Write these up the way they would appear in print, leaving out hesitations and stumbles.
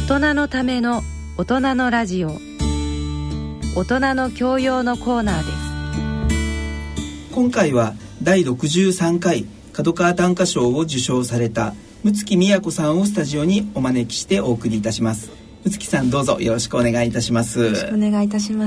人のための大人のラジオ、大人の教養のコーナーです。 今回は第63回角川短歌賞を受賞された六月都さんをスタジオにお招きしてお送りいたします。六月さん、どうぞよろしくお願いいたします。 よろしくお願いいたします。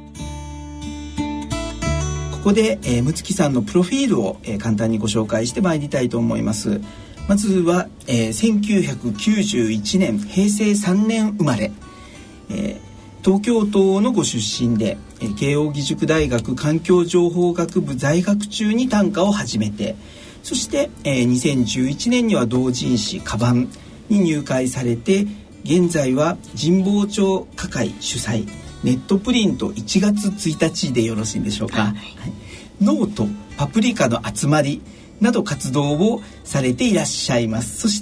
ここで、六月さんのプロフィールを、簡単にご紹介してまいりたいと思います。まずは、1991年平成3年生まれ、東京都のご出身で、慶應義塾大学環境情報学部在学中に短歌を始めて、そして、2011年には同人誌カバンに入会されて、現在は神保町歌会主催ネットプリント1月1日でよろしいんでしょうか、はい、ノート、パプリカの集まりなど活動をされていらっしゃいます。そして、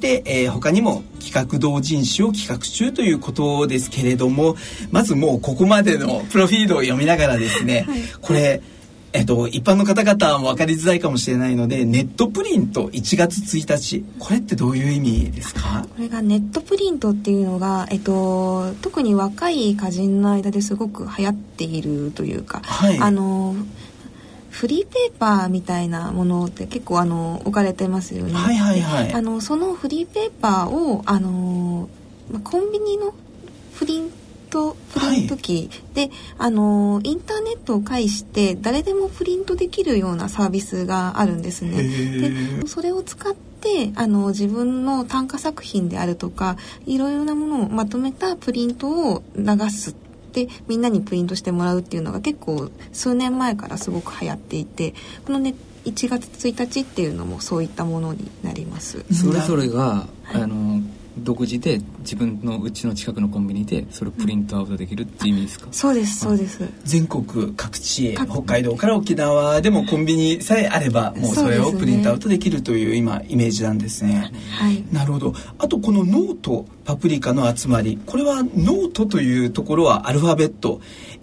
他にも企画同人誌を企画中ということですけれども、まずもうここまでのプロフィールを読みながらですね、はい、これ一般の方々も分かりづらいかもしれないので、ネットプリント1月1日、これってどういう意味ですか？ これがネットプリントっていうのが、特に若い歌人の間ですごく流行っているというか、はい、フリーペーパーみたいなものって結構置かれてますよね。 はいはいはい。 そのフリーペーパーをコンビニのプリント機で、インターネットを介して誰でもプリントできるようなサービスがあるんですね。でそれを使って自分の短歌作品であるとかいろいろなものをまとめたプリントを流すでみんなにプリントしてもらうっていうのが結構数年前からすごく流行っていて、このね1月1日っていうのもそういったものになります。 それぞれが、独自で自分のうちの近くのコンビニでそれをプリントアウトできるっていう意味ですか？ そうですそうです。 全国各地、北海道から沖縄でもコンビニさえあればもうそれをプリントアウトできるという今イメージなんですね。 はい、 なるほど。あとこのノート、パプリカの集まり、これはノートというところはアルファベット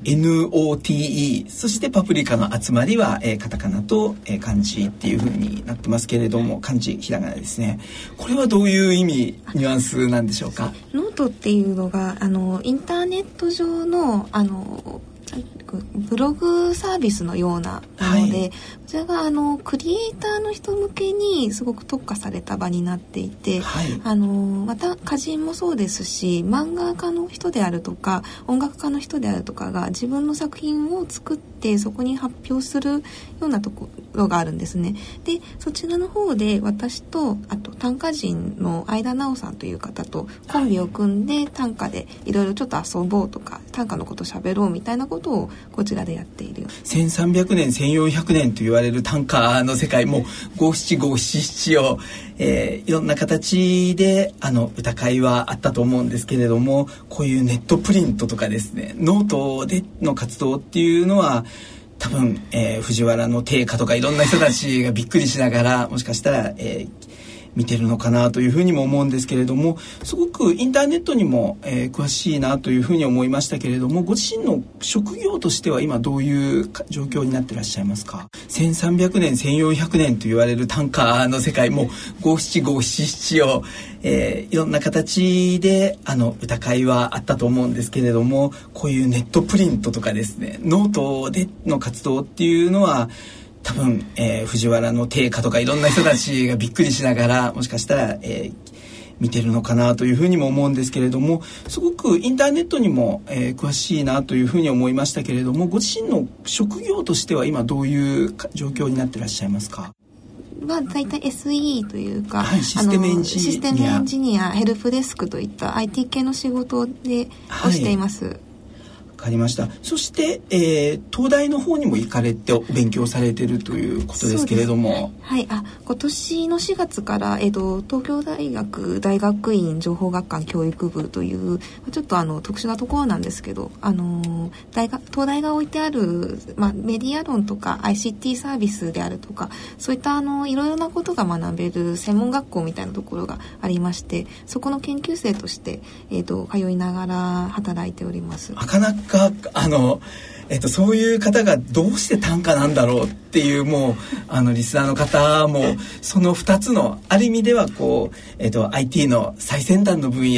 NOTE、 そしてパプリカの集まりは、カタカナと、漢字っていう風になってますけれども、漢字ひらがなですね。これはどういう意味、ニュアンスなんでしょうか？ ノートっていうのがインターネット上のブログサービスのようなもので、はい、こちらがクリエイターの人向けにすごく特化された場になっていて、はい、また歌人もそうですし漫画家の人であるとか音楽家の人であるとかが自分の作品を作ってそこに発表するようなところがあるんですね。でそちらの方で私とあと短歌人の相田直さんという方とコンビを組んで短歌でいろいろちょっと遊ぼうとか短歌のこと喋ろうみたいなことをこちらでやっている。 1300年1400年と言われる短歌の世界も五七五七七を、いろんな形で歌会はあったと思うんですけれども、こういうネットプリントとかですね、ノートでの活動っていうのは多分、藤原の定家とかいろんな人たちがびっくりしながらもしかしたら、見てるのかなというふうにも思うんですけれども、すごくインターネットにも、詳しいなというふうに思いましたけれども、ご自身の職業としては今どういう状況になってらっしゃいますか？1300年1400年と言われる短歌の世界も五七五七七を、いろんな形で歌会はあったと思うんですけれども、こういうネットプリントとかですね、ノートでの活動っていうのは多分、藤原の定家とかいろんな人たちがびっくりしながらもしかしたら、見てるのかなというふうにも思うんですけれども、すごくインターネットにも、詳しいなというふうに思いましたけれども、ご自身の職業としては今どういう状況になってらっしゃいますか？ 大体 SE というか、 はい、システムエンジニア、 ヘルプデスクといった IT 系の仕事で、をしています。 わかりました。そして、東大の方にも行かれて勉強されているということですけれども、 はい、今年の4月から、東京大学大学院情報学館教育部というちょっと特殊なところなんですけど、東大が置いてある、メディア論とか ICT サービスであるとかそういったいろいろなことが学べる専門学校みたいなところがありまして、そこの研究生として、通いながら働いております。 なかなかそういう方がどうして短歌なんだろうっていう、もうリスナーの方もその2つのある意味ではこう、IT の最先端の分野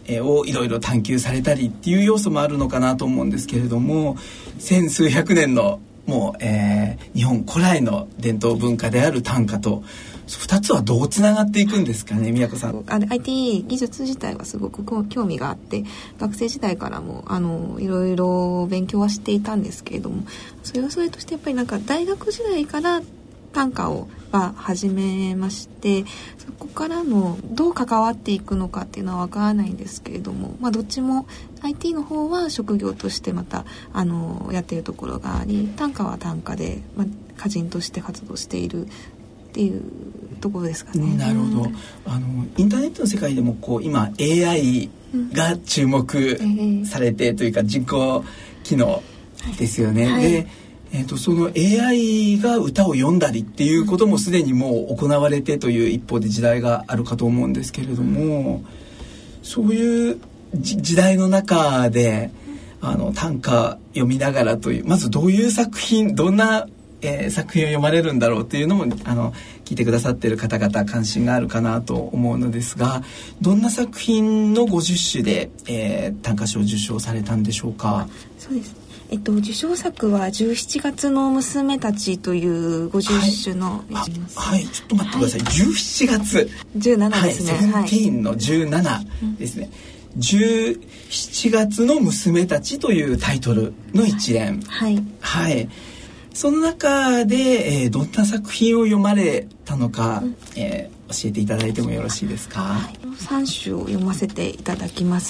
をいろいろ探求されたりっていう要素もあるのかなと思うんですけれども、千数百年のもう、日本古来の伝統文化である短歌と2つはどうつながっていくんですかね、宮子さん。 IT 技術自体はすごく興味があって、学生時代からもいろいろ勉強はしていたんですけれども、それとしてやっぱりなんか大学時代から短歌は始めまして、そこからのどう関わっていくのかっていうのは分からないんですけれども、どっちも IT の方は職業としてまたやっているところがあり、短歌は短歌で、歌人として活動しているっていうところですかね。 なるほど。インターネットの世界でも今 AI が注目されてというか、人工機能ですよね。でその AI が歌を読んだりっていうこともすでにもう行われてという一方で時代があるかと思うんですけれども、そういう時代の中で短歌読みながらという、まずどういう作品、どんな、作品を読まれるんだろうというのも聞いてくださっている方々関心があるかなと思うのですが、どんな作品の50首で、短歌賞を受賞されたんでしょうか。 そうです。受賞作は17月の娘たちという50首の、 はい、ちょっと待ってください、17月 17ですね、 17の17ですね、17月の娘たちというタイトルの一連、はい、その中で、どんな作品を読まれたのか、教えていただいてもよろしいですか。 3首を読ませていただきます。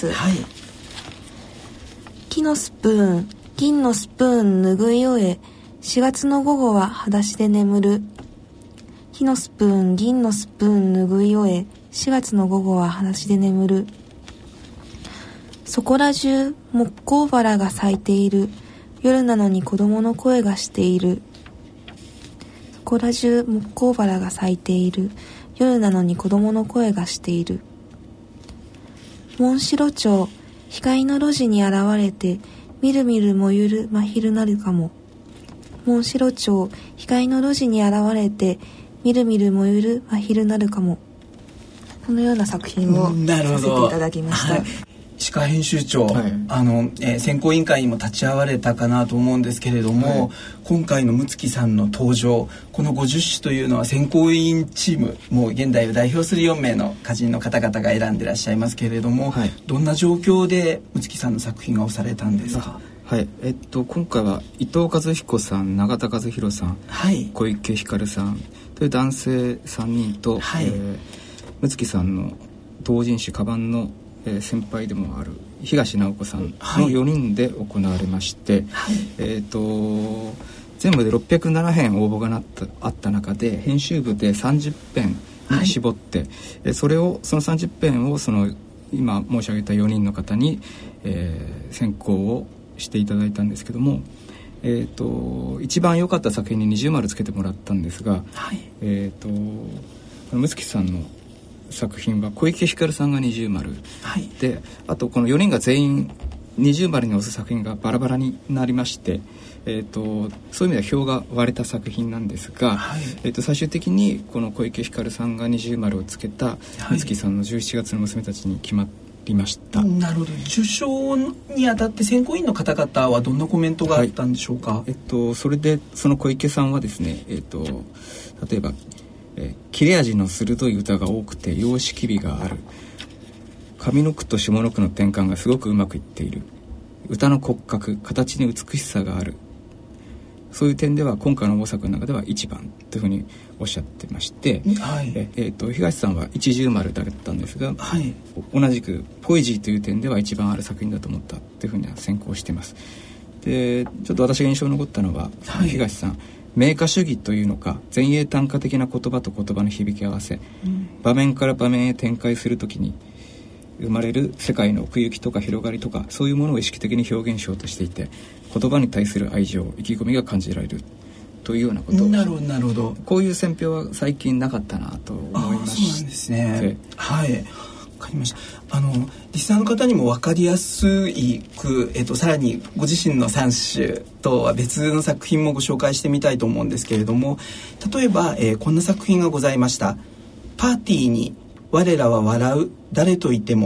木のスプーン、銀のスプーン拭い終え、4月の午後は裸足で眠る。木のスプーン、銀のスプーン拭い終え、4月の午後は裸足で眠る。そこら中木工バラが咲いている。夜なのに子供の声がしている。そこら中木工バラが咲いている。夜なのに子供の声がしている。モンシロチョウ、光の路地に現れて、みるみる燃ゆる真昼なるかも。モンシロチョウ、光の路地に現れて、みるみる燃ゆる真昼なるかも。このような作品をさせていただきました。 石川編集長、選考委員会にも立ち会われたかなと思うんですけれども、今回の六月さんの登場、この50首というのは選考委員チーム、もう現代を代表する4名の歌人の方々が選んでいらっしゃいますけれども、どんな状況で六月さんの作品が押されたんですか。 今回は伊藤和彦さん、永田和弘さん、小池ひかるさんという男性3人と、六月さんの同人誌カバンの先輩でもある東直子さんの4人で行われまして、全部で607編応募があった中で、編集部で30編に絞って、その30編を今申し上げた4人の方に、選考をしていただいたんですけども、一番良かった作品に20丸つけてもらったんですが、六月さんの作品は小池ひかるさんが20丸、で、あとこの4人が全員20丸に押す作品がバラバラになりまして、そういう意味では票が割れた作品なんですが、最終的にこの小池ひかるさんが20丸をつけた六月さんの17月の娘たちに決まりました。 なるほど。受賞にあたって選考委員の方々はどんなコメントがあったんでしょうか。 それでその小池さんはですね、例えば切れ味の鋭い歌が多くて様式美がある。上の句と下の句の転換がすごくうまくいっている。歌の骨格、形に美しさがある。そういう点では今回の応募作の中では一番というふうにおっしゃってまして、東さんは110丸だったんですが、同じくポエジーという点では一番ある作品だと思ったというふうには選考しています。で、ちょっと私が印象に残ったのは、東さん、名歌主義というのか、前衛短歌的な言葉と言葉の響き合わせ、場面から場面へ展開するときに生まれる世界の奥行きとか広がりとか、そういうものを意識的に表現しようとしていて、言葉に対する愛情、意気込みが感じられるというようなことを。 なるほど。 こういう選評は最近なかったなと思いまして。 そうなんですね。わかりました。リスナーの方にも分かりやすく、さらにご自身の3首とは別の作品もご紹介してみたいと思うんですけれども、例えば、こんな作品がございました。パーティーに我らは笑う、誰といても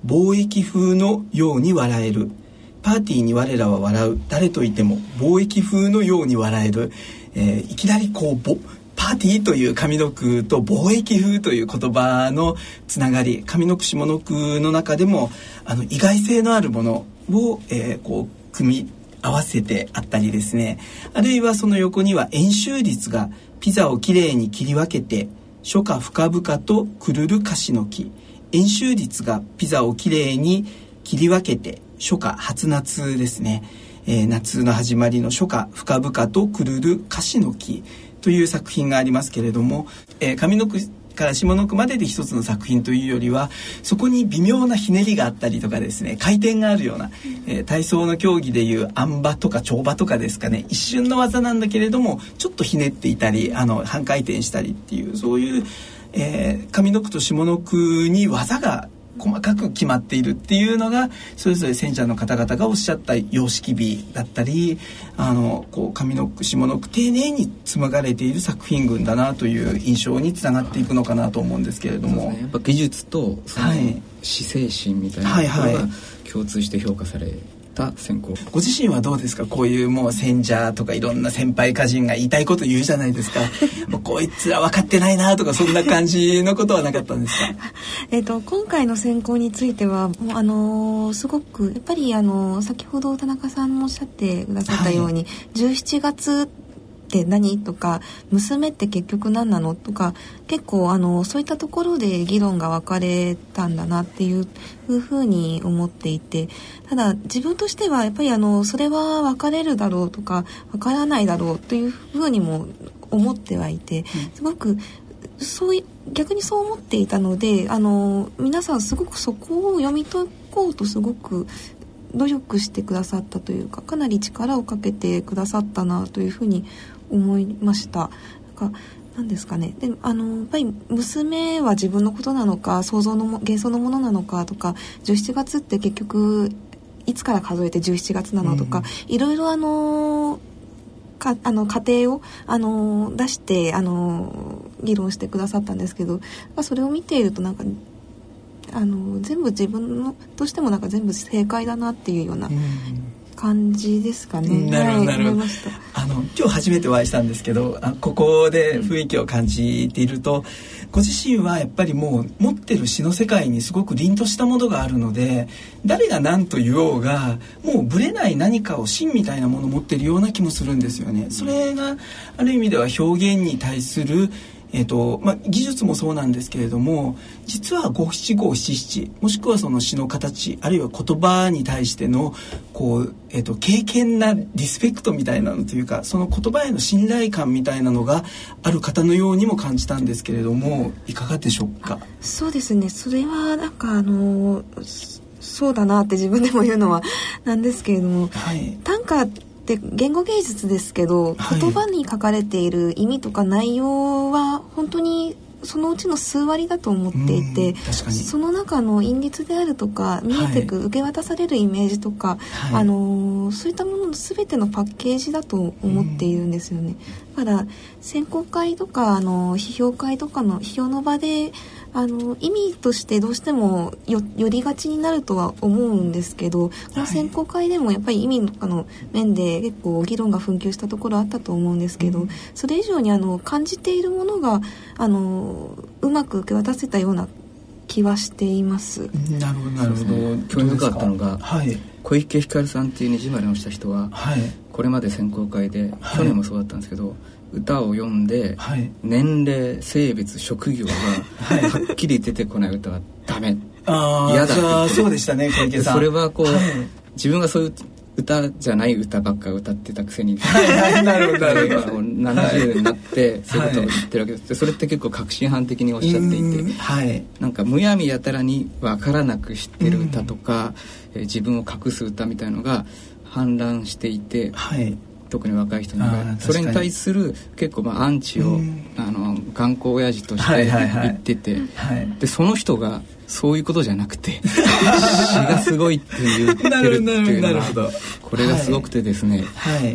貿易風のように笑える。パーティーに我らは笑う。誰といても貿易風のように笑える。いきなりこうパーティーという上の句と貿易風という言葉のつながり、上の句下の句の中でも意外性のあるものを、こう組み合わせてあったりですね、あるいはその横には円周率がピザをきれいに切り分けて初夏深々とくるる樫の木。円周率がピザをきれいに切り分けて初夏、初夏ですね、夏の始まりの初夏深々とくるる樫の木という作品がありますけれども、上の句から下の句までで一つの作品というよりは、そこに微妙なひねりがあったりとかですね、回転があるような、体操の競技でいうあん馬とか跳馬とかですかね、一瞬の技なんだけれどもちょっとひねっていたり半回転したりっていう、そういう、上の句と下の句に技が細かく決まっているっていうのが、それぞれ選者の方々がおっしゃった様式美だったり、こう上の句下の句丁寧に紡がれている作品群だなという印象につながっていくのかなと思うんですけれども、 やっぱ技術とその死精神みたいなところが共通して評価された選考。 ご自身はどうですか？こういうもう選者とかいろんな先輩歌人が言いたいこと言うじゃないですかもうこいつら分かってないなとか、そんな感じのことはなかったんですか？ 今回の選考についてはもうすごくやっぱり先ほど田中さんもおっしゃってくださったように、17月って何とか、娘って結局何なのとか、結構そういったところで議論が分かれたんだなっていうふうに思っていて、ただ自分としてはやっぱりそれは分かれるだろうとか分からないだろうというふうにも思ってはいて、すごく逆にそう思っていたので、皆さんすごくそこを読み解こうとすごく努力してくださったというか、かなり力をかけてくださったなというふうに思いました。なんですかね。でやっぱり娘は自分のことなのか、幻想のものなのかとか、17月って結局いつから数えて17月なのとか、いろいろ過程を出して議論してくださったんですけど、それを見ているとなんか全部自分としてもなんか全部正解だなっていうような感じですかね。 なるほど、なるほど。今日初めてお会いしたんですけど、ここで雰囲気を感じていると、ご自身はやっぱりもう持ってる詩の世界にすごく凛としたものがあるので、誰が何と言おうがもうぶれない何かを芯みたいなものを持ってるような気もするんですよね。それがある意味では表現に対する技術もそうなんですけれども、実は五七五七七、もしくはその詩の形、あるいは言葉に対しての敬虔なリスペクトみたいなのというか、その言葉への信頼感みたいなのがある方のようにも感じたんですけれども、いかがでしょうか？ そうですね、それはなんかそうだなって自分でも言うのはなんですけれども、短歌で言語芸術ですけど、言葉に書かれている意味とか内容は本当にそのうちの数割だと思っていて、その中の韻律であるとか見えてく、受け渡されるイメージとか、そういったものの全てのパッケージだと思っているんですよね。だから選考会とか批評会とかの批評の場で意味としてどうしてもよりがちになるとは思うんですけど、この選考会でもやっぱり意味とかの面で結構議論が紛糾したところあったと思うんですけど、それ以上に感じているものがうまく受け渡せたような気はしています。 なるほど、なるほど。 興味深かったのが、小池ひかるさんっていう虹丸のした人は、これまで選考会で、去年もそうだったんですけど、歌を読んで、年齢、性別、職業がはっきり出てこない歌はダメ、嫌だって。 そうでしたね、小池さん。 それは自分がそういう歌じゃない歌ばっか歌ってたくせに、 なるほど、なるほど。 70になってそういうことを言ってるわけです。それって結構確信犯的におっしゃっていて、なんかむやみやたらに分からなく知ってる歌とか、自分を隠す歌みたいのが氾濫していて、特に若い人にはそれに対する結構アンチを頑固親父として言ってて、でその人がそういうことじゃなくて詩がすごいって言ってるっていうのがこれがすごくてですね、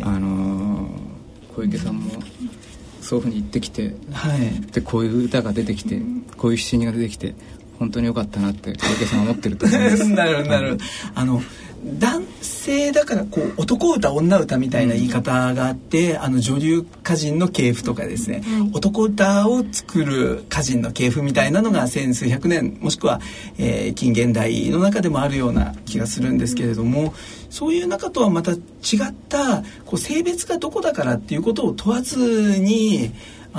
小池さんもそういうふうに言ってきて、でこういう歌が出てきて、こういう詩が出てきて、 本当に良かったなって小池さんは思ってると思いますなるほどなるほど。男性だからこう男歌女歌みたいな言い方があって、女流歌人の系譜とかですね、男歌を作る歌人の系譜みたいなのが千数百年もしくは、近現代の中でもあるような気がするんですけれども、そういう中とはまた違ったこう性別がどこだからっていうことを問わずに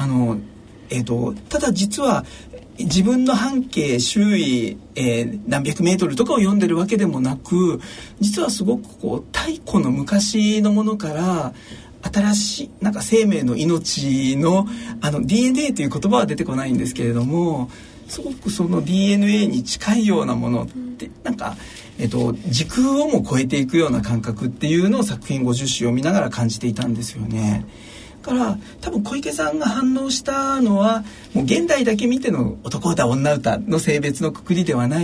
ただ実は自分の半径周囲、何百メートルとかを読んでるわけでもなく、実はすごくこう太古の昔のものから新しいなんか生命の命のDNA という言葉は出てこないんですけれども、すごくその DNA に近いようなものってなんか、時空をも超えていくような感覚っていうのを作品50首読みながら感じていたんですよね。だから多分小池さんが反応したのはもう現代だけ見ての男歌女歌の性別のくくりではない、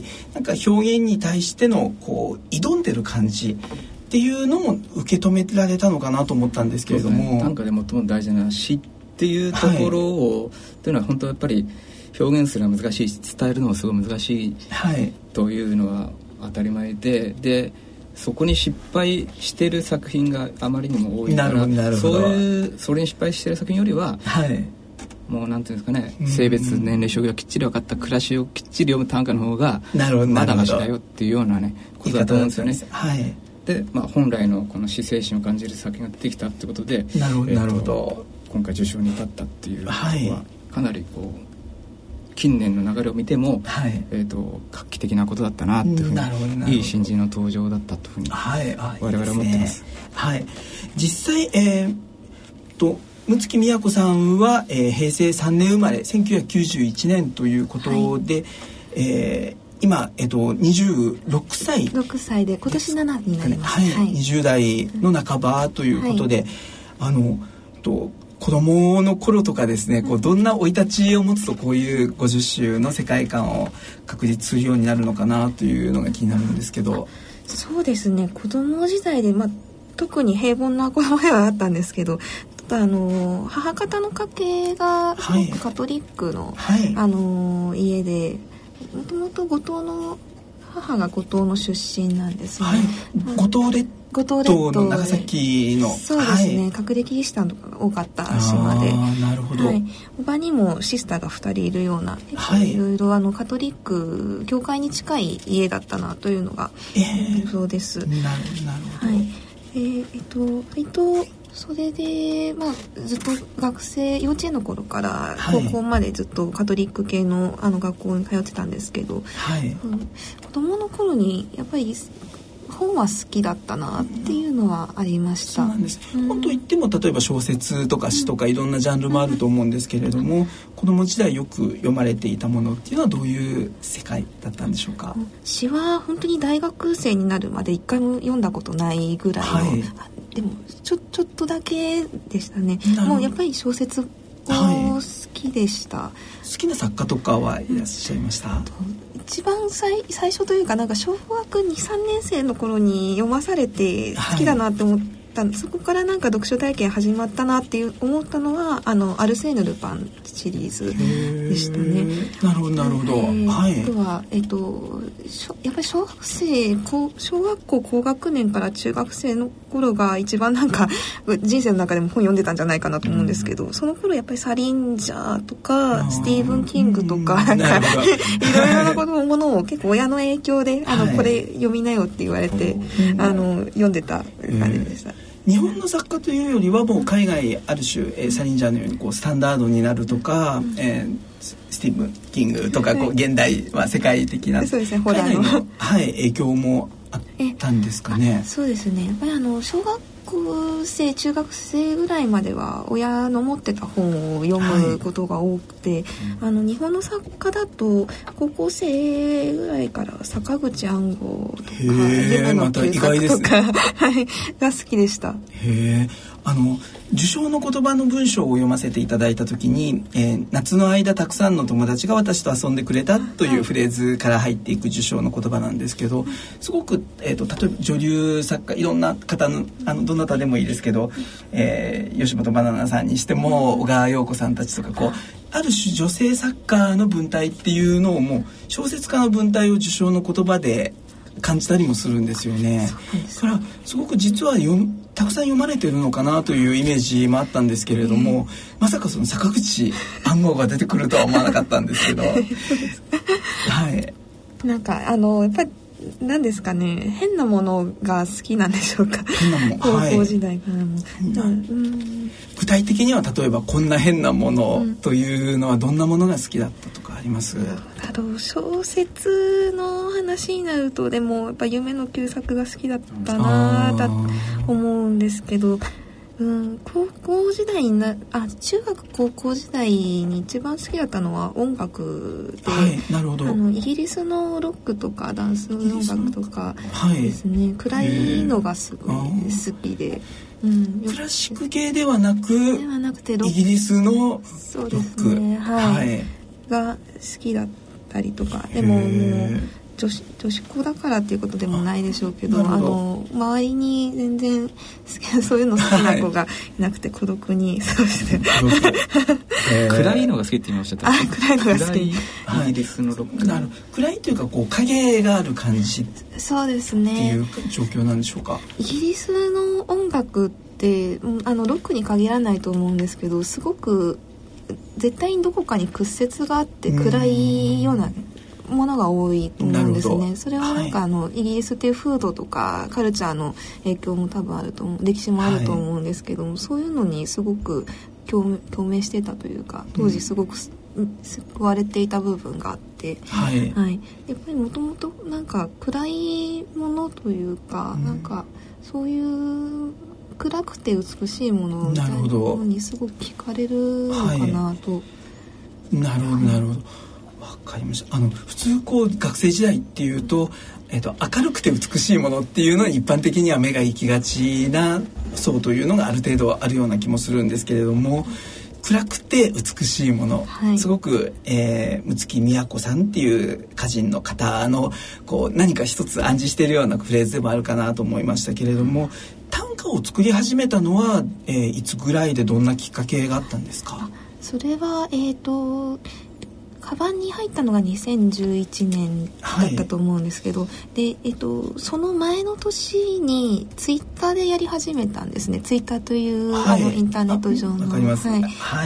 なんか表現に対してのこう挑んでる感じっていうのも受け止められたのかなと思ったんですけれども、 短歌で最も大事な詩っていうところを、っていうのは本当やっぱり表現するのは難しいし、伝えるのもすごい難しいというのは当たり前で、そこに失敗してる作品があまりにも多いから、それに失敗してる作品よりは、もうなんていうんですかね、性別年齢職業がきっちり分かった暮らしをきっちり読む短歌の方がまだましだよっていうようなねことだと思うんですよね。で、本来のこの詩精神を感じる作品が出てきたってことで、 なるほど、 今回受賞に至ったっていうのは、かなりこう近年の流れを見ても、画期的なことだったなっていうふうに、いい新人の登場だったというふうに、我々は思ってます。 実際、六月みや子さんは、平成3年生まれ1991年ということで、今、26歳 6歳で今年7になります、 20代の半ばということで、子供の頃とかですね、こうどんな生い立ちを持つとこういう50首の世界観を確立するようになるのかなというのが気になるんですけど。 そうですね、子供時代で、特に平凡な子供ではあったんですけど、母方の家系がすごくカトリックの、家で、もともと五島の母が五島の出身なんですね。 五島列島の長崎の、 そうですね、隠れキリシタンとかが多かった島で、 なるほど、 他にもシスターが2人いるような、いろいろカトリック教会に近い家だったなというのがそうです。なるほど。割とそれで、ずっと幼稚園の頃から高校までずっとカトリック系の学校に通ってたんですけど、子供の頃にやっぱり本は好きだったなっていうのはありました。 そうなんです。本といっても例えば小説とか詩とかいろんなジャンルもあると思うんですけれども、子供時代よく読まれていたものっていうのはどういう世界だったんでしょうか？ 詩は本当に大学生になるまで一回も読んだことないぐらいの、でもちょっとだけでしたね。もうやっぱり小説を好きでした。 好きな作家とかはいらっしゃいました？ 一番最初というか、小学 2,3 年生の頃に読まされて好きだなって思ったそこから読書体験始まったなって思ったのはアルセーヌ・ルパンシリーズでしたね。 なるほど、 あとは、やっぱり小学校高学年から中学生の頃が一番人生の中でも本読んでたんじゃないかなと思うんですけど、その頃やっぱりサリンジャーとかスティーブン・キングとかいろいろなものを結構親の影響でこれ読みなよって言われて読んでた感じでした。 日本の作家というよりはもう海外ある種、サリンジャーのようにスタンダードになるとか、スティーブン・キングとか現代は世界的な海外の影響もあったんですかね。 そうですね、やっぱり小学生中学生ぐらいまでは親の持ってた本を読むことが多くて、日本の作家だと高校生ぐらいから坂口安吾とか夢の旧作とか、が好きでした。 受賞の言葉の文章を読ませていただいた時に、夏の間たくさんの友達が私と遊んでくれたというフレーズから入っていく受賞の言葉なんですけど、すごく、例えば女流作家いろんな方のどなたでもいいですけど、吉本ばななさんにしても小川陽子さんたちとかこうある種女性作家の文体っていうのをもう小説家の文体を受賞の言葉で感じたりもするんですよね。だからすごく実はたくさん読まれてるのかなというイメージもあったんですけれども、まさかその坂口安吾が出てくるとは思わなかったんですけどはい。 なんかやっぱり何ですかね、変なものが好きなんでしょうか。 変なもの、 高校時代からも、 具体的には例えばこんな変なものというのはどんなものが好きだったとかあります？ 小説の話になるとでもやっぱ夢の旧作が好きだったなと思うんですけど、高校時代中学高校時代に一番好きだったのは音楽で、 はい、なるほど。 イギリスのロックとかダンス音楽とかですね、はい、暗いのがすごい好きで、 クラシック系ではなくてイギリスのロック、 そうですね、はい、が好きだったりとか、でももう女子校だからっていうことでもないでしょうけど、周りに全然そういうの好きな子がいなくて孤独に過ごして暗いのが好きって言いました。 暗いのが好き。 イギリスのロック、 暗いというかこう影がある感じ、 そうですね、 っていう状況なんでしょうか。 イギリスの音楽ってロックに限らないと思うんですけど、すごく絶対にどこかに屈折があって暗いようなものが多いと思うんですね。それはなんかイギリスっていう風土とかカルチャーの影響も多分あると思う、歴史もあると思うんですけども、そういうのにすごく共鳴してたというか、当時すごく救われていた部分があって、はいはい、やっぱりもともとなんか暗いものというか、なんかそういう暗くて美しいものみたいなものにすごく惹かれるのかなと。 なるほどなるほど、わかりました。普通こう学生時代っていうと、明るくて美しいものっていうのに一般的には目が行きがちな層というのがある程度あるような気もするんですけれども、暗くて美しいもの、はい、すごく、六木都さんっていう歌人の方のこう何か一つ暗示しているようなフレーズでもあるかなと思いましたけれども、短歌を作り始めたのは、いつぐらいでどんなきっかけがあったんですか？ それはカバンに入ったのが2011年だったと思うんですけど、はい、で、その前の年にツイッターでやり始めたんですね。ツイッターという、はい、インターネット上の、 わかります、 はいはい、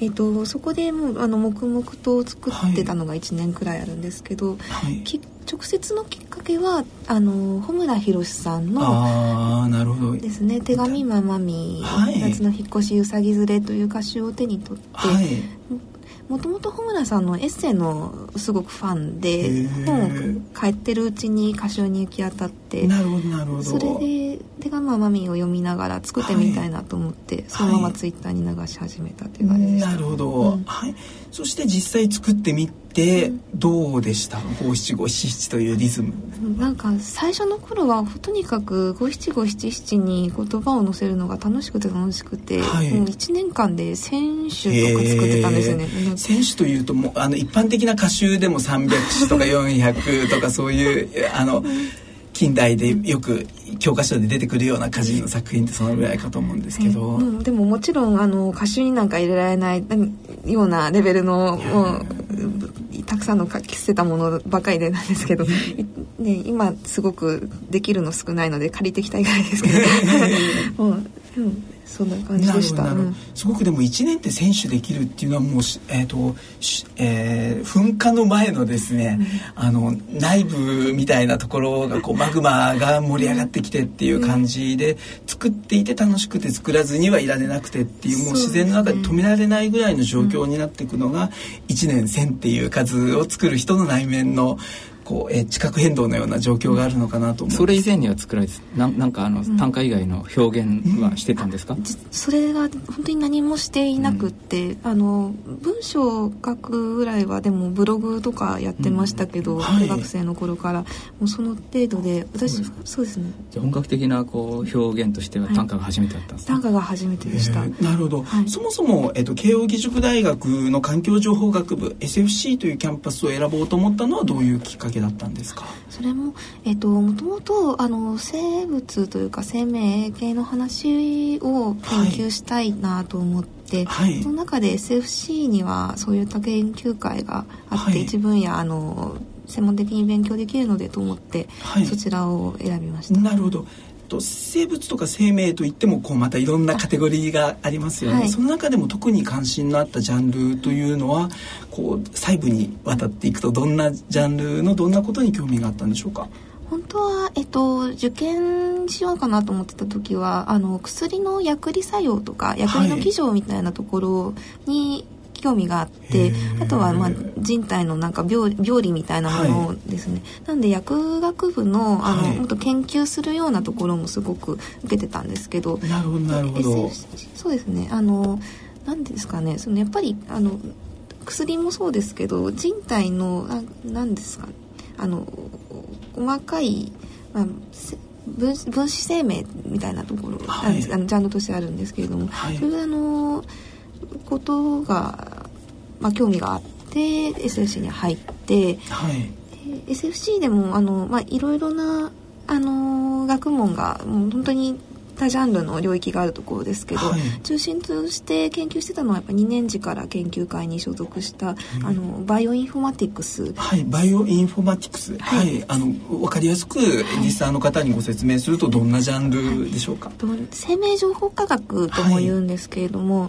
そこでもう黙々と作ってたのが1年くらいあるんですけど、はい、直接のきっかけは穂村弘さんのなるほどですね、手紙ママミ、はい、夏の引っ越しうさぎ連れという歌集を手に取って、はい、もともと穂村さんのエッセイのすごくファンで、本を帰ってるうちに歌集に行き当たって、 なるほどなるほど、 それで手紙ママミを読みながら作ってみたいなと思って、はい、そのままツイッターに流し始めたっていう感じでした。 なるほど、はい。そして実際作ってみてどうでした？五七五七七というリズム。 なんか最初の頃はとにかく五七五七七に言葉を載せるのが楽しくて、はい、もう1年間で1000首とか作ってたんですよね。 1000首というともう一般的な歌集でも300首とか400とかそういう近代でよく教科書で出てくるような歌人の作品ってそのぐらいかと思うんですけど、 でももちろん歌集になんか入れられないようなレベルのたくさんの書き捨てたものばかりでなんですけど、ね、今すごくできるの少ないので借りてきたいぐらいですけどそんな感じでした。 すごくでも1年って選手できるっていうのはもう、噴火の前のですね、内部みたいなところがこうマグマが盛り上がってきてっていう感じで、作っていて楽しくて作らずにはいられなくてっていう、もう自然の中で止められないぐらいの状況になっていくのが1年1000っていう数を作る人の内面のこう、地殻変動のような状況があるのかなと思う。 それ以前には作られてなんか短歌以外の表現はしてたんですか？ それが本当に何もしていなくって、文章を書くぐらいはでもブログとかやってましたけど、中学生の頃からもうその程度で、私そうですね。 じゃ本格的なこう表現としては短歌が初めてだったんですか？ 短歌が初めてでした。 なるほど、そもそも、慶應義塾大学の環境情報学部 SFC というキャンパスを選ぼうと思ったのはどういうきっかけだったんですか？ それも、もともと生物というか生命系の話を研究したいなと思って、その中で SFC にはそういった研究会があって、一分野専門的に勉強できるのでと思って、そちらを選びました。 なるほど。生物とか生命といってもこうまたいろんなカテゴリーがありますよね、その中でも特に関心のあったジャンルというのはこう細部にわたっていくとどんなジャンルのどんなことに興味があったんでしょうか？ 本当は、受験しようかなと思ってた時は薬の薬理作用とか薬理の基準みたいなところに興味があって、あとは人体のなんか病理みたいなものですね、なんで薬学部のもっと研究するようなところもすごく受けてたんですけど。 なるほどなるほど。 そうですね、なんですかね、やっぱり薬もそうですけど人体のなんですか、細かい、分子生命みたいなところなんです、ジャンルとしてあるんですけれども、それでことが、興味があって SFC に入って、SFC でもいろいろな学問がもう本当に多ジャンルの領域があるところですけど、中心として研究してたのはやっぱ2年次から研究会に所属した、バイオインフォマティクス。 バイオインフォマティクス、分かりやすくリスナーの方にご説明するとどんなジャンルでしょうか？ 生命情報科学とも言うんですけれども、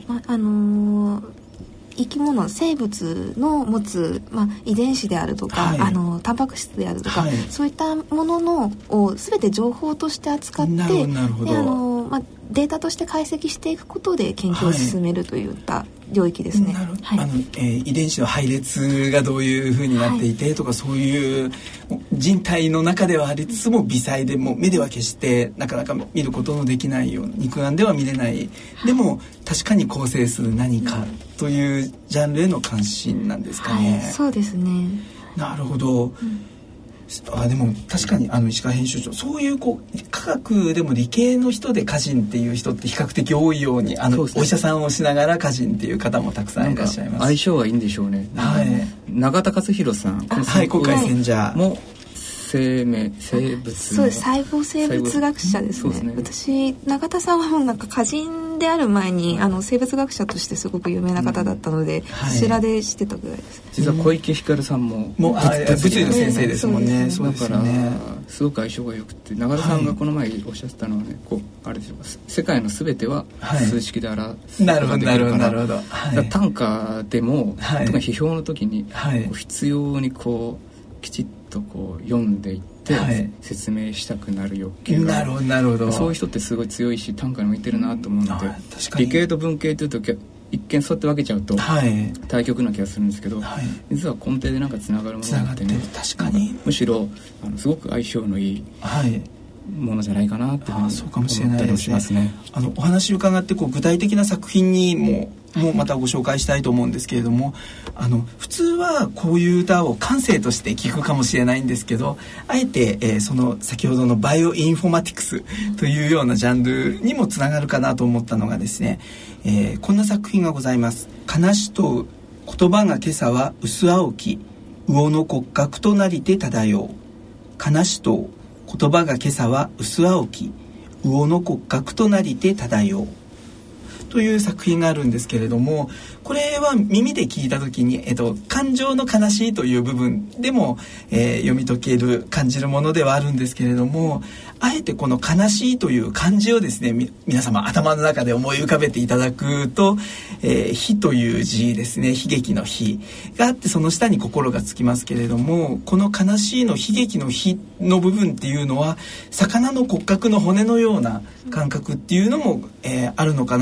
生き物生物の持つ、遺伝子であるとか、タンパク質であるとか、そういったものを全て情報として扱って、データとして解析していくことで研究を進めるといった領域ですね。 遺伝子の配列がどういうふうになっていてとか、そういう人体の中ではありつつも微細でも目では決してなかなか見ることのできないような、肉眼では見れない、でも確かに構成する何かというジャンルへの関心なんですかね。 そうですね。 なるほど、でも確かに石川編集長、そういう科学でも理系の人で歌人っていう人って比較的多いように、お医者さんをしながら歌人っていう方もたくさんいらっしゃいます。 相性がいいんでしょうね。永田勝弘さん、 今回選者も生物そうです、細胞生物学者ですね。私永田さんはもうなんか歌人である前に生物学者としてすごく有名な方だったので、そちらで知ってたぐらいです。 実は小池光さんも物理の先生ですもんね。 だからすごく相性が良くて、永田さんがこの前おっしゃってたのはね、あれでしょうか、世界の全ては数式で表すことができるから、短歌でも、特に批評の時に必要にきちっと読んでいって説明したくなる欲求がある。 なるほど。 そういう人ってすごい強いし、短歌に向いてるなと思うので、理系と文系というと一見そうやって分けちゃうと対極な気がするんですけど、実は根底でなんかつながるものがあってね、 確かにむしろすごく相性のいいものじゃないかなっていうふうに思ったりもしますね。 お話を伺って具体的な作品にもまたご紹介したいと思うんですけれども、普通はこういう歌を感性として聞くかもしれないんですけど、あえて、その先ほどのバイオインフォマティクスというようなジャンルにもつながるかなと思ったのがですね、こんな作品がございます。悲しとう言葉が今朝は薄青き魚の骨格となりて漂う。悲しとう言葉が今朝は薄青き魚の骨格となりて漂うという作品があるんですけれども、これは耳で聞いた時に、感情の悲しいという部分でも、読み解ける感じるものではあるんですけれども、あえてこの悲しいという漢字をですね、皆様頭の中で思い浮かべていただくと、悲という字ですね、悲劇の悲があって、その下に心がつきますけれども、この悲しいの悲劇の悲の部分っていうのは魚の骨格の骨のような感覚っていうのも、あるのかなと思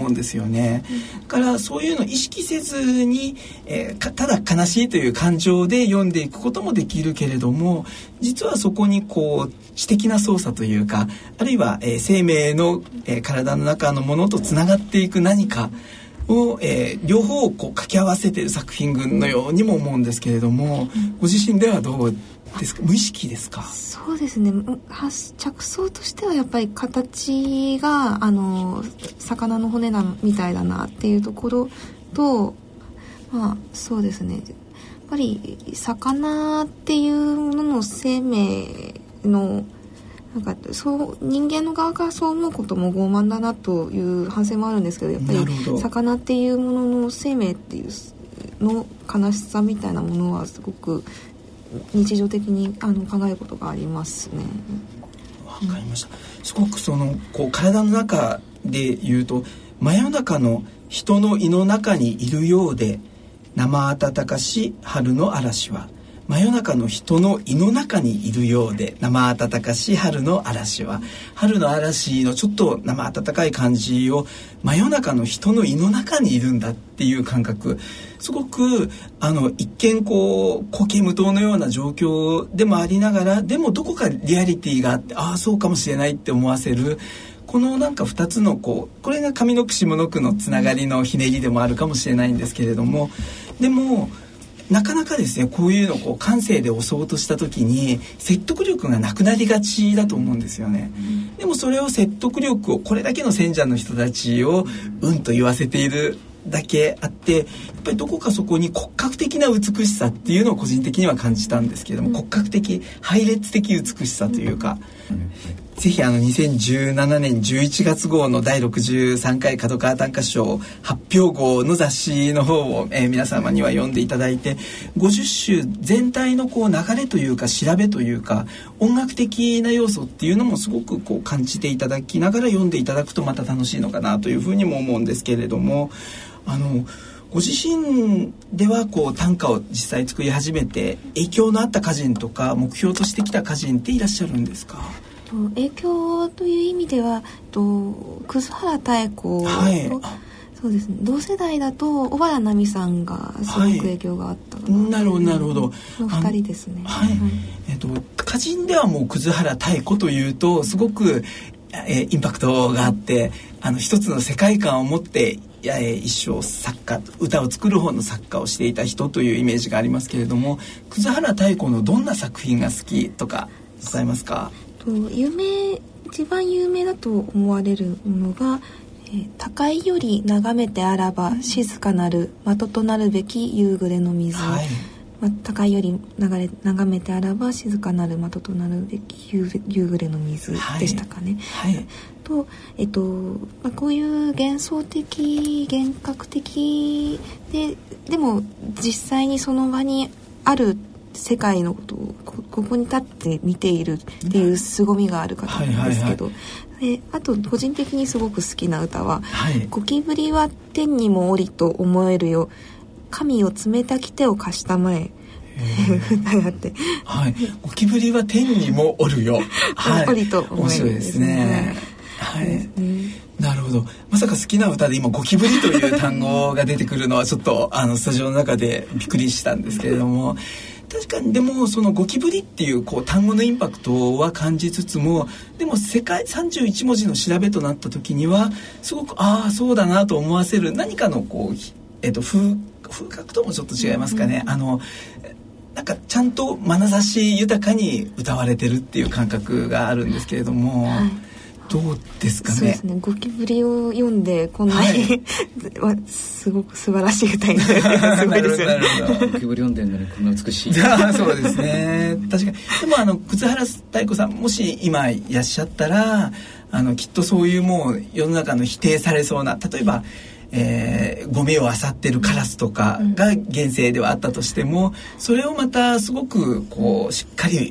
うんですよね。だからそういうのを意識せずに、ただ悲しいという感情で読んでいくこともできるけれども、実はそこにこう知的な操作というか、あるいは、生命の、体の中のものとつながっていく何かを、両方をこう掛け合わせている作品群のようにも思うんですけれども、ご自身ではどうですか？無意識ですか？ そうですね、着想としてはやっぱり形が魚の骨みたいだなっていうところと、そうですね、やっぱり魚っていうものの生命のそう人間の側からそう思うことも傲慢だなという反省もあるんですけど、やっぱり魚っていうものの生命っていうの悲しさみたいなものはすごく日常的に考えることがありますね。 わかりました。すごくこう体の中で言うと、真夜中の人の胃の中にいるようで生暖かし春の嵐は、真夜中の人の胃の中にいるようで生暖かし春の嵐は、春の嵐のちょっと生暖かい感じを真夜中の人の胃の中にいるんだっていう感覚、すごく一見こう苔無糖のような状況でもありながら、でもどこかリアリティがあって、そうかもしれないって思わせる、この2つのこれが上の句下の句のつながりのひねりでもあるかもしれないんですけれども、でもなかなかですね、こういうのを感性で襲おうとした時に説得力がなくなりがちだと思うんですよね。でもそれを説得力をこれだけの選者の人たちをと言わせているだけあって、やっぱりどこかそこに骨格的な美しさっていうのを個人的には感じたんですけれども、骨格的配列的美しさというか、ぜひ2017年11月号の第63回角川短歌賞発表号の雑誌の方を、皆様には読んでいただいて、50首全体の流れというか調べというか音楽的な要素っていうのもすごく感じていただきながら読んでいただくとまた楽しいのかなというふうにも思うんですけれども、ご自身では短歌を実際作り始めて影響のあった歌人とか目標としてきた歌人っていらっしゃるんですか？ 影響という意味では葛原妙子、そうですね、同世代だと小原奈美さんがすごく影響があったかな、 なるほどなるほど、 の2人ですね。 歌人ではもう葛原妙子というとすごくインパクトがあって、一つの世界観を持って一生作家、歌を作る方の作家をしていた人というイメージがありますけれども、葛原妙子のどんな作品が好きとかございますか？ 一番有名だと思われるものが、高いより眺めてあらば静かなる的となるべき夕暮れの水、高いより眺めてあらば静かなる的となるべき夕暮れの水でしたかね。とこういう幻想的幻覚的でも実際にその場にある世界のことをここに立って見ているっていう凄みがある方なんですけど、あと個人的にすごく好きな歌は、ゴキブリは天にも降りと思えるよ、神を冷たき手を貸したまえ歌があって、 ゴキブリは天にもおるよ、 降りと思えるんですね。 なるほど。まさか好きな歌で今ゴキブリという単語が出てくるのはちょっとスタジオの中でびっくりしたんですけれども、確かにでもそのゴキブリっていう単語のインパクトは感じつつも、でも世界31文字の調べとなった時にはすごくそうだなと思わせる何かの風格ともちょっと違いますかね、なんかちゃんと眼差し豊かに歌われてるっていう感覚があるんですけれども、どうですかね。 そうですね、ゴキブリを読んでこんなに、すごく素晴らしい歌になるすごいですよね。 ゴキブリ読んでるのにこんな美しいそうですね、確かに。でも葛原妙子さんもし今いらっしゃったらきっとそういうもう世の中の否定されそうな、例えばゴミを漁ってるカラスとかが現世ではあったとしても、それをまたすごくしっかり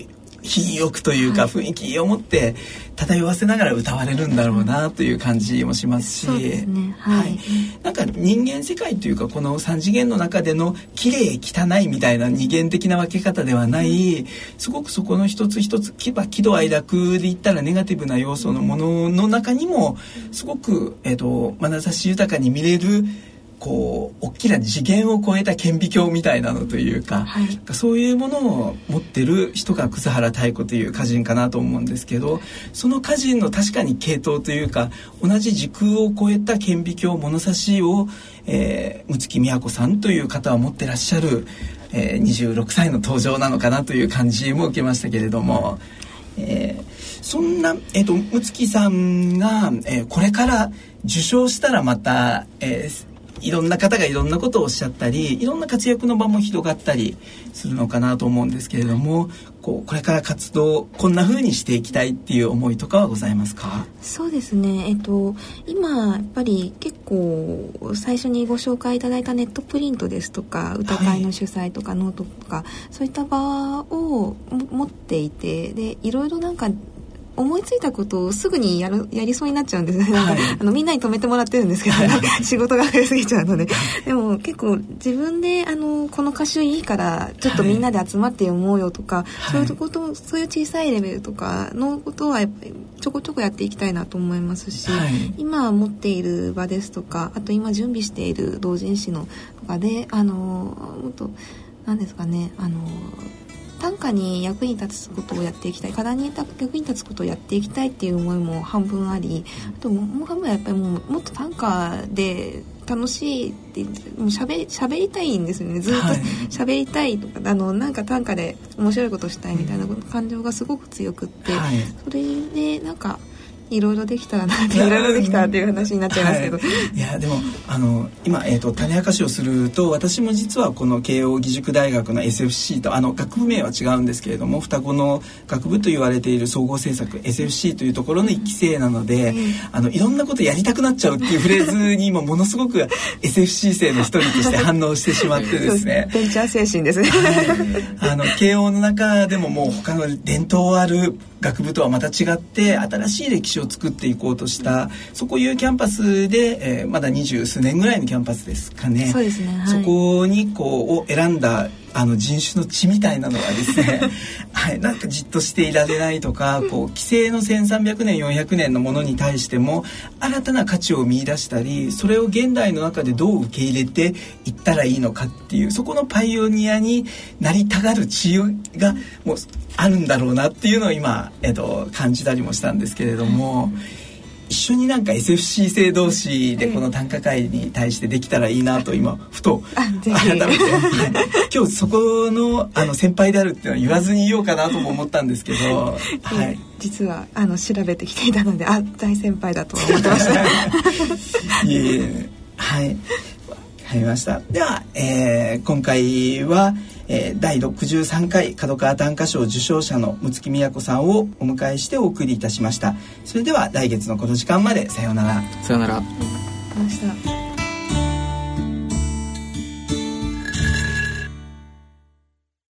品よくというか、雰囲気を持って漂わせながら歌われるんだろうなという感じもしますし、 そうですね、はい、 なんか人間世界というかこの3次元の中での綺麗汚いみたいな二元的な分け方ではない、すごくそこの一つ一つ喜怒哀楽で言ったらネガティブな要素のものの中にもすごく眼差し豊かに見れるこう大きな次元を超えた顕微鏡みたいなのというか、はい、そういうものを持ってる人が楠原妙子という歌人かなと思うんですけど、その歌人の確かに系統というか同じ時空を超えた顕微鏡物差しを、六月みや子さんという方は持ってらっしゃる、26歳の登場なのかなという感じも受けましたけれども、そんな、六月さんが、これから受賞したらまた、いろんな方がいろんなことをおっしゃったり、いろんな活躍の場も広がったりするのかなと思うんですけれども、これから活動こんな風にしていきたいっていう思いとかはございますか？ そうですね、今やっぱり結構最初にご紹介いただいたネットプリントですとか歌会の主催とかノートとか、そういった場を持っていて、でいろいろなんか思いついたことをすぐにやりそうになっちゃうんですね、はい、みんなに止めてもらってるんですけど、仕事が増えすぎちゃうのででも結構自分でこの歌集いいからちょっとみんなで集まって読もうよとか、そういうこと、そういう小さいレベルとかのことはやっぱりちょこちょこやっていきたいなと思いますし、今持っている場ですとか、あと今準備している同人誌のとかでもっと何ですかね、短歌に役に立つことをやっていきたい、課題に役に立つことをやっていきたいっていう思いも半分あり、あともう半分はやっぱりもっと短歌で楽しいってもう喋りたいんですよね。ずっと喋りたいとか、なんか短歌で面白いことしたいみたいな感情がすごく強くって、それでなんかいろいろできたらなって、いろいろできたらっていう話になっちゃいますけど、 いやでも今、種明かしをすると、私も実はこの慶応義塾大学の SFC と学部名は違うんですけれども、双子の学部と言われている総合政策 SFC というところの1期生なので、いろんなことやりたくなっちゃうっていうフレーズに今ものすごく SFC 生の一人として反応してしまってですねベンチャー精神ですね、 慶応の中でももう他の伝統ある学部とはまた違って新しい歴史を作っていこうとした、そういうキャンパスで、まだ20数年ぐらいのキャンパスですかね。 そうですね、はい、 そこにを選んだ人種の血みたいなのがですねはい、なんかじっとしていられないとか、既成の1300年400年のものに対しても新たな価値を見出したり、それを現代の中でどう受け入れていったらいいのかっていう、そこのパイオニアになりたがる血がもうあるんだろうなっていうのを今、感じたりもしたんですけれども、一緒になんか SFC 生同士でこの短歌会に対してできたらいいなと今ふと改めて、今日そこの先輩であるっていうのは言わずに言おうかなとも思ったんですけど、はい、 実は調べてきていたので大先輩だと思ってましたいえ、はい、わかりました。では、今回は第63回角川短歌賞受賞者の六月みや子さんをお迎えしてお送りいたしました。それでは来月のこの時間まで、さようなら。 さようなら。 ました。